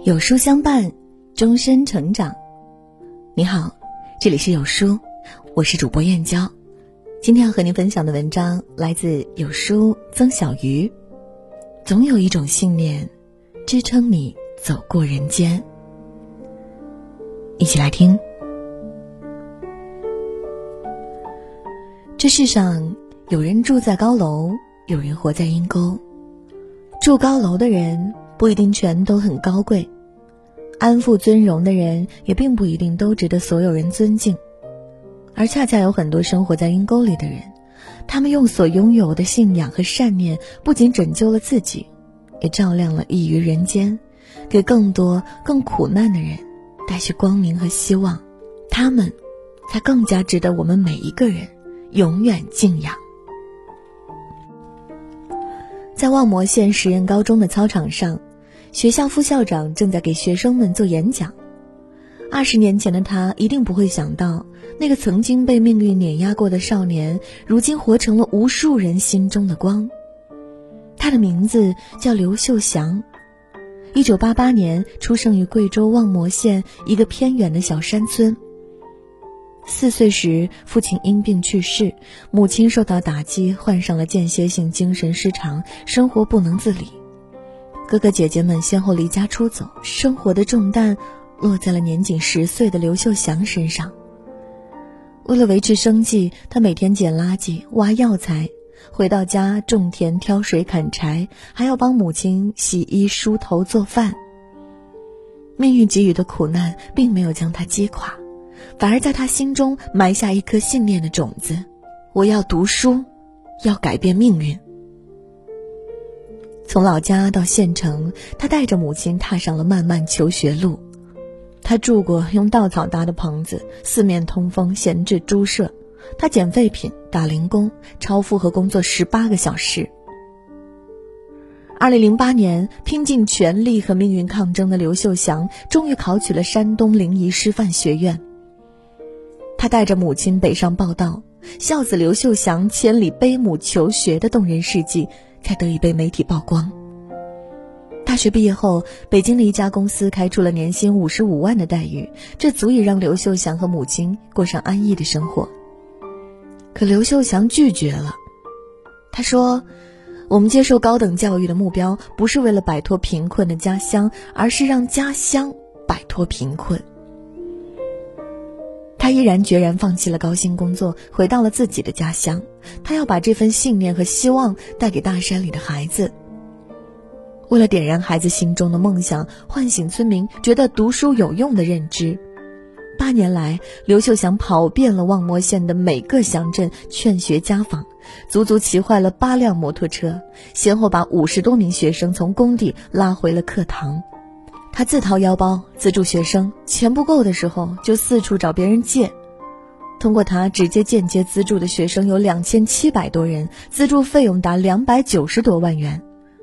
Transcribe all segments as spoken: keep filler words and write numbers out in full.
有书相伴，终身成长。你好，这里是有书，我是主播燕娇。今天要和您分享的文章来自有书曾小鱼。总有一种信念支撑你走过人间。一起来听。这世上有人住在高楼，有人活在阴沟。住高楼的人不一定全都很高贵，安富尊荣的人也并不一定都值得所有人尊敬，而恰恰有很多生活在阴沟里的人，他们用所拥有的信仰和善念，不仅拯救了自己，也照亮了异于人间，给更多更苦难的人带去光明和希望。他们才更加值得我们每一个人永远敬仰。在望谟县实验高中的操场上，学校副校长正在给学生们做演讲。二十年前的他一定不会想到，那个曾经被命运碾压过的少年，如今活成了无数人心中的光。他的名字叫刘秀祥，一九八八年出生于贵州望谟县一个偏远的小山村。四岁时，父亲因病去世，母亲受到打击，患上了间歇性精神失常，生活不能自理。哥哥姐姐们先后离家出走，生活的重担落在了年仅十岁的刘秀祥身上。为了维持生计，他每天捡垃圾、挖药材，回到家种田、挑水、砍柴，还要帮母亲洗衣、梳头、做饭。命运给予的苦难并没有将他击垮，反而在他心中埋下一颗信念的种子：我要读书，要改变命运。从老家到县城，他带着母亲踏上了漫漫求学路。他住过用稻草搭的棚子，四面通风，闲置猪舍。他捡废品，打零工，超负荷工作十八个小时。二零零八年，拼尽全力和命运抗争的刘秀祥终于考取了山东临沂师范学院。他带着母亲北上报道，孝子刘秀祥千里背母求学的动人事迹才得以被媒体曝光。大学毕业后，北京的一家公司开出了年薪五十五万的待遇，这足以让刘秀祥和母亲过上安逸的生活。可刘秀祥拒绝了。他说，我们接受高等教育的目标不是为了摆脱贫困的家乡，而是让家乡摆脱贫困。他毅然决然放弃了高薪工作，回到了自己的家乡。他要把这份信念和希望带给大山里的孩子。为了点燃孩子心中的梦想，唤醒村民觉得读书有用的认知，八年来，刘秀祥跑遍了望谟县的每个乡镇，劝学家访，足足骑坏了八辆摩托车，先后把五十多名学生从工地拉回了课堂。他自掏腰包资助学生，钱不够的时候就四处找别人借。通过他直接间接资助的学生有两千七百多人，资助费用达两百九十多万元。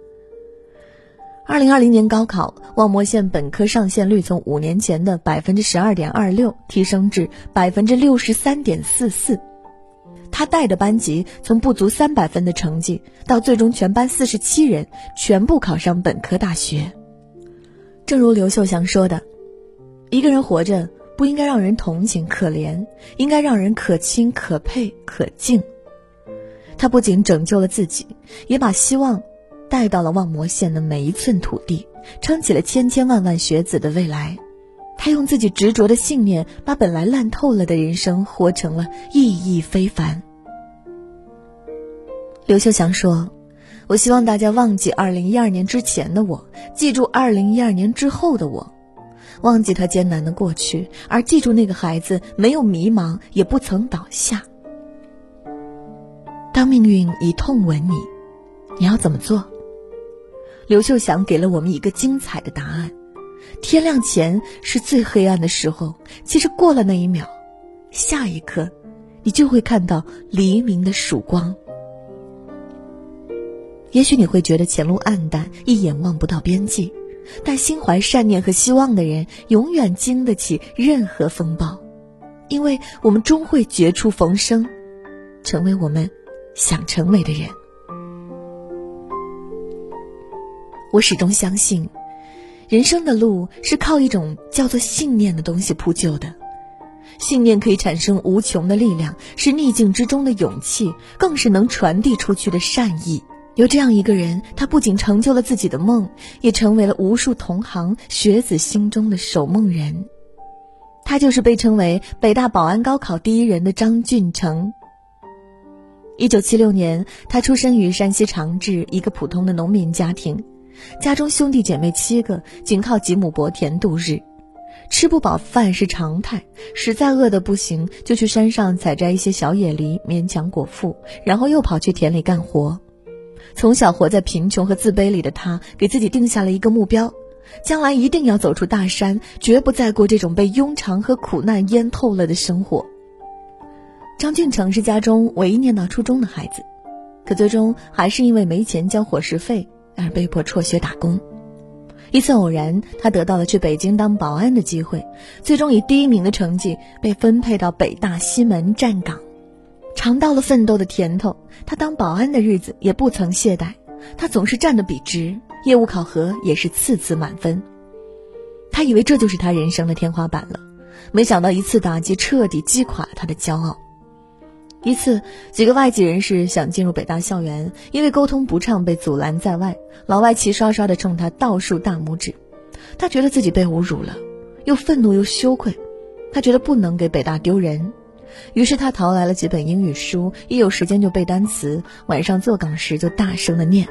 二零二零年高考，望谟县本科上线率从五年前的 百分之十二点二六 提升至 百分之六十三点四四。他带的班级从不足三百分的成绩，到最终全班四十七人全部考上本科大学。正如刘秀祥说的，一个人活着不应该让人同情可怜，应该让人可亲可佩可敬。他不仅拯救了自己，也把希望带到了望谟县的每一寸土地，撑起了千千万万学子的未来。他用自己执着的信念，把本来烂透了的人生活成了意义非凡。刘秀祥说，我希望大家忘记二零一二年之前的我，记住二零一二年之后的我，忘记他艰难的过去，而记住那个孩子没有迷茫，也不曾倒下。当命运以痛吻你，你要怎么做？刘秀祥给了我们一个精彩的答案。天亮前是最黑暗的时候，其实过了那一秒，下一刻你就会看到黎明的曙光。也许你会觉得前路暗淡，一眼望不到边际，但心怀善念和希望的人永远经得起任何风暴，因为我们终会绝处逢生，成为我们想成为的人。我始终相信， 人生的路是靠一种叫做信念的东西铺就的。信念可以产生无穷的力量，是逆境之中的勇气，更是能传递出去的善意。有这样一个人，他不仅成就了自己的梦，也成为了无数同行学子心中的守梦人。他就是被称为北大保安高考第一人的张俊成。一九七六年，他出生于山西长治一个普通的农民家庭，家中兄弟姐妹七个，仅靠几亩薄田度日。吃不饱饭是常态，实在饿得不行，就去山上采摘一些小野梨，勉强果腹，然后又跑去田里干活。从小活在贫穷和自卑里的他，给自己定下了一个目标，将来一定要走出大山，绝不再过这种被庸常和苦难淹透了的生活。张俊成是家中唯一念到初中的孩子，可最终还是因为没钱交伙食费而被迫辍学打工。一次偶然，他得到了去北京当保安的机会，最终以第一名的成绩被分配到北大西门站岗。尝到了奋斗的甜头，他当保安的日子也不曾懈怠，他总是站得笔直，业务考核也是次次满分。他以为这就是他人生的天花板了，没想到一次打击彻底击垮了他的骄傲。一次，几个外籍人士想进入北大校园，因为沟通不畅被阻拦在外，老外齐刷刷地冲他倒竖大拇指。他觉得自己被侮辱了，又愤怒又羞愧，他觉得不能给北大丢人，于是他淘来了几本英语书，一有时间就背单词，晚上坐岗时就大声地念。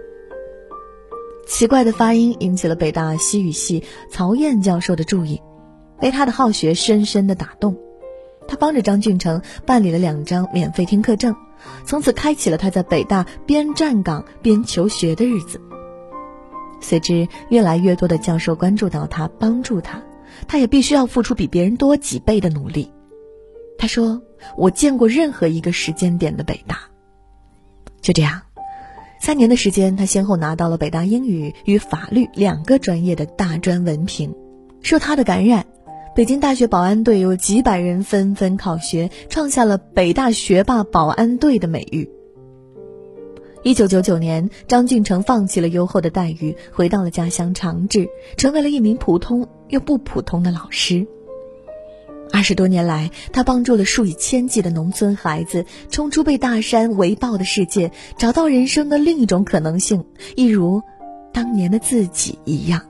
奇怪的发音引起了北大西语系曹燕教授的注意，被他的好学深深地打动。他帮着张俊成办理了两张免费听课证，从此开启了他在北大边站岗边求学的日子。随之越来越多的教授关注到他，帮助他，他也必须要付出比别人多几倍的努力。他说，我见过任何一个时间点的北大。就这样，三年的时间，他先后拿到了北大英语与法律两个专业的大专文凭。受他的感染，北京大学保安队有几百人纷纷考学，创下了北大学霸保安队的美誉。一九九九年，张俊成放弃了优厚的待遇，回到了家乡长治，成为了一名普通又不普通的老师。二十多年来，他帮助了数以千计的农村孩子冲出被大山围抱的世界，找到人生的另一种可能性，一如当年的自己一样。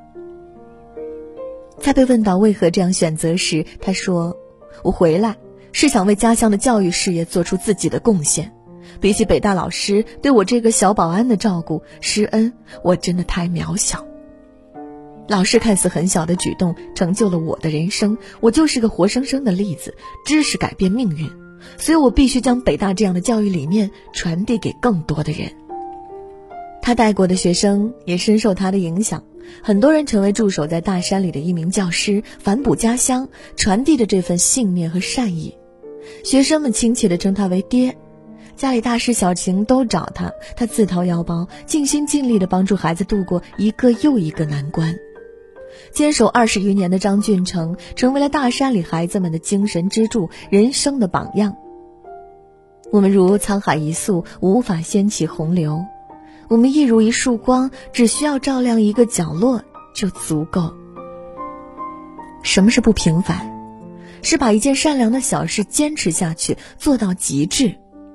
在被问到为何这样选择时，他说，我回来是想为家乡的教育事业做出自己的贡献，比起北大老师对我这个小保安的照顾施恩，我真的太渺小。老师看似很小的举动成就了我的人生，我就是个活生生的例子，知识改变命运，所以我必须将北大这样的教育理念传递给更多的人。他带过的学生也深受他的影响，很多人成为驻守在大山里的一名教师，反哺家乡，传递着这份信念和善意。学生们亲切地称他为爹，家里大事小情都找他，他自掏腰包，尽心尽力地帮助孩子度过一个又一个难关。坚守二十余年的张俊成成为了大山里孩子们的精神支柱，人生的榜样。我们如沧海一粟，无法掀起洪流，我们一如一束光，只需要照亮一个角落就足够。什么是不平凡？是把一件善良的小事坚持下去，做到极致。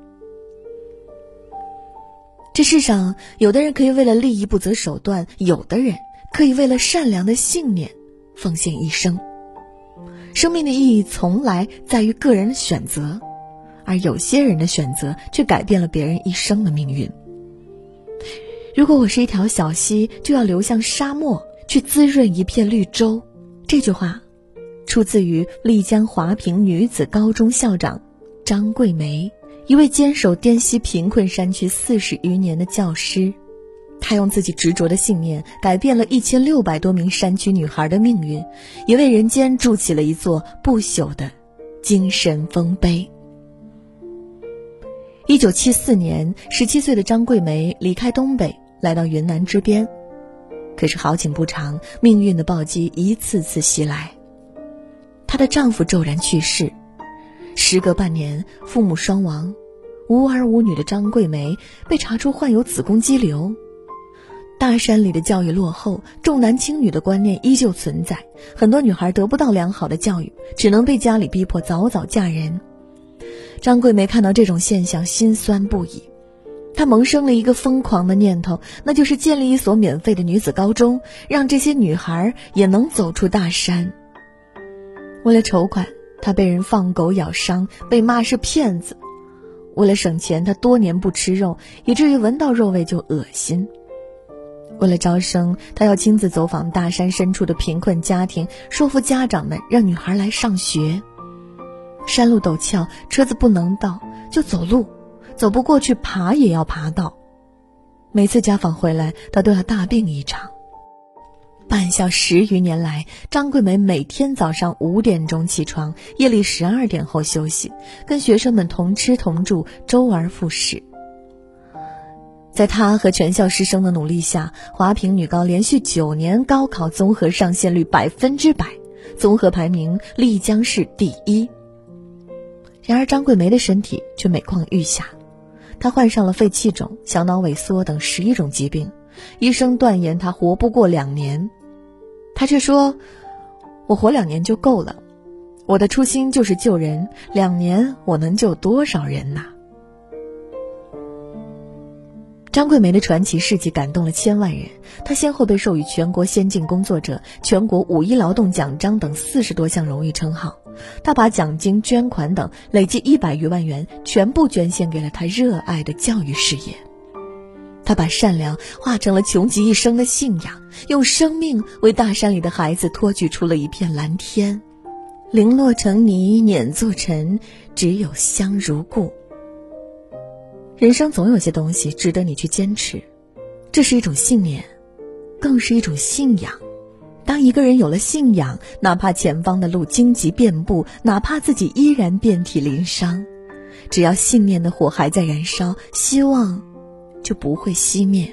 这世上，有的人可以为了利益不择手段，有的人可以为了善良的信念奉献一生。生命的意义从来在于个人的选择，而有些人的选择却改变了别人一生的命运。如果我是一条小溪，就要流向沙漠，去滋润一片绿洲。这句话出自于丽江华坪女子高中校长张桂梅，一位坚守滇西贫困山区四十余年的教师。他用自己执着的信念改变了一千六百多名山区女孩的命运，也为人间筑起了一座不朽的精神丰碑。一九七四年，十七岁的张桂梅离开东北，来到云南支边。可是好景不长，命运的暴击一次次袭来。她的丈夫骤然去世，时隔半年，父母双亡，无儿无女的张桂梅被查出患有子宫肌瘤。 大山里的教育落后，重男轻女的观念依旧存在，很多女孩得不到良好的教育，只能被家里逼迫早早嫁人。张桂梅看到这种现象，心酸不已。她萌生了一个疯狂的念头，那就是建立一所免费的女子高中，让这些女孩也能走出大山。为了筹款，她被人放狗咬伤，被骂是骗子。为了省钱，她多年不吃肉，以至于闻到肉味就恶心。为了招生，他要亲自走访大山深处的贫困家庭，说服家长们让女孩来上学。山路陡峭，车子不能到，就走路，走不过去爬也要爬到。每次家访回来，他都要大病一场。办校十余年来，张桂梅每天早上五点钟起床，夜里十二点后休息，跟学生们同吃同住，周而复始。在她和全校师生的努力下，华坪女高连续九年高考综合上线率百分之百，综合排名丽江市第一。然而张桂梅的身体却每况愈下，她患上了肺气肿、小脑萎缩等十一种疾病，医生断言她活不过两年。她却说：“我活两年就够了，我的初心就是救人，两年我能救多少人呐？”张桂梅的传奇事迹感动了千万人，她先后被授予全国先进工作者、全国五一劳动奖章等四十多项荣誉称号。她把奖金、捐款等累计一百余万元全部捐献给了她热爱的教育事业。她把善良化成了穷极一生的信仰，用生命为大山里的孩子托举出了一片蓝天。零落成泥碾作尘，只有香如故。人生总有些东西值得你去坚持，这是一种信念，更是一种信仰。当一个人有了信仰，哪怕前方的路荆棘遍布，哪怕自己依然遍体鳞伤，只要信念的火还在燃烧，希望就不会熄灭。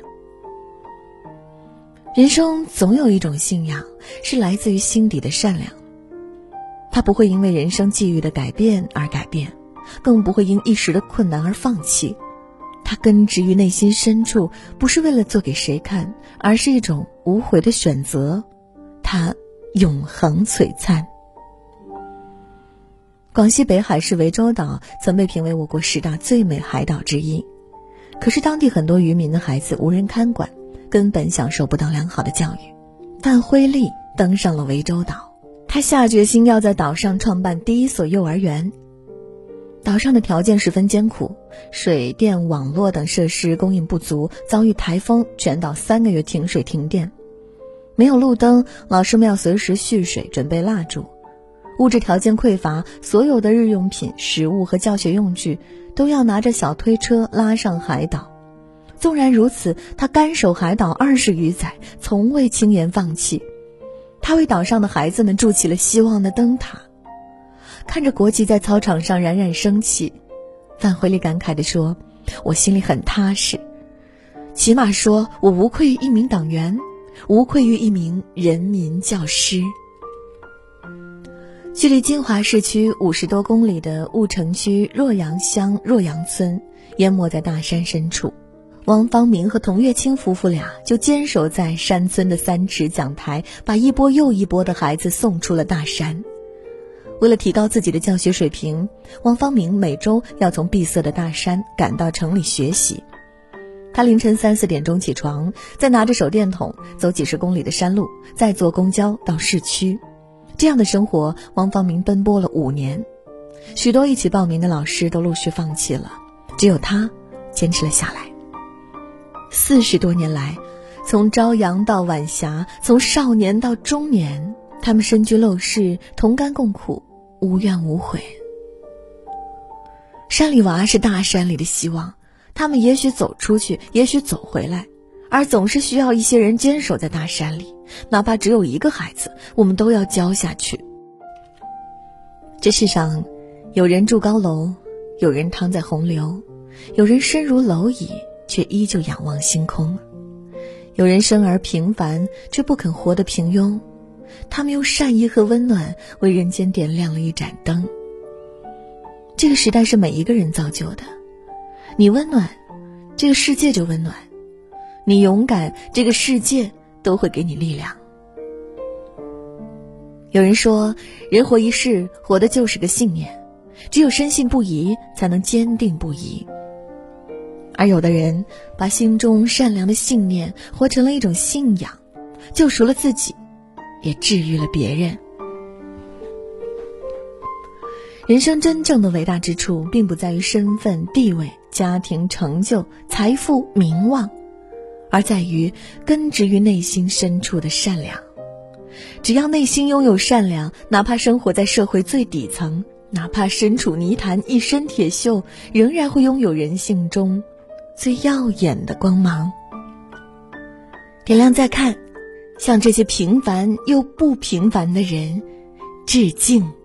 人生总有一种信仰，是来自于心底的善良，它不会因为人生际遇的改变而改变，更不会因一时的困难而放弃。它根植于内心深处，不是为了做给谁看，而是一种无悔的选择，它永恒璀璨。广西北海市涠洲岛曾被评为我国十大最美海岛之一，可是当地很多渔民的孩子无人看管，根本享受不到良好的教育。但辉丽登上了涠洲岛，他下决心要在岛上创办第一所幼儿园。岛上的条件十分艰苦，水电网络等设施供应不足，遭遇台风，全岛三个月停水停电。没有路灯，老师们要随时蓄水准备蜡烛。物质条件匮乏，所有的日用品、食物和教学用具都要拿着小推车拉上海岛。纵然如此，他甘守海岛二十余载，从未轻言放弃。他为岛上的孩子们筑起了希望的灯塔。看着国旗在操场上冉冉升起，范慧丽感慨地说：“我心里很踏实，起码说我无愧于一名党员，无愧于一名人民教师。”距离金华市区五十多公里的婺城区洛阳乡洛阳村，淹没在大山深处。王方明和童月清夫妇俩就坚守在山村的三尺讲台，把一波又一波的孩子送出了大山。为了提高自己的教学水平，王方明每周要从闭塞的大山赶到城里学习。他凌晨三四点钟起床，再拿着手电筒走几十公里的山路，再坐公交到市区。这样的生活，王方明奔波了五年。许多一起报名的老师都陆续放弃了，只有他坚持了下来。四十多年来，从朝阳到晚霞，从少年到中年，他们身居陋室，同甘共苦，无怨无悔。山里娃是大山里的希望，他们也许走出去，也许走回来，而总是需要一些人坚守在大山里，哪怕只有一个孩子，我们都要教下去。这世上，有人住高楼，有人躺在洪流，有人身如蝼蚁，却依旧仰望星空。有人生而平凡，却不肯活得平庸。他们用善意和温暖为人间点亮了一盏灯。这个时代是每一个人造就的，你温暖，这个世界就温暖； 你勇敢，这个世界都会给你力量。有人说，人活一世，活的就是个信念，只有深信不疑，才能坚定不移。而有的人把心中善良的信念活成了一种信仰，救赎了自己，也治愈了别人。人生真正的伟大之处，并不在于身份、地位、家庭、成就、财富、名望，而在于根植于内心深处的善良。只要内心拥有善良，哪怕生活在社会最底层，哪怕身处泥潭一身铁锈，仍然会拥有人性中最耀眼的光芒。点亮再看，向这些平凡又不平凡的人致敬。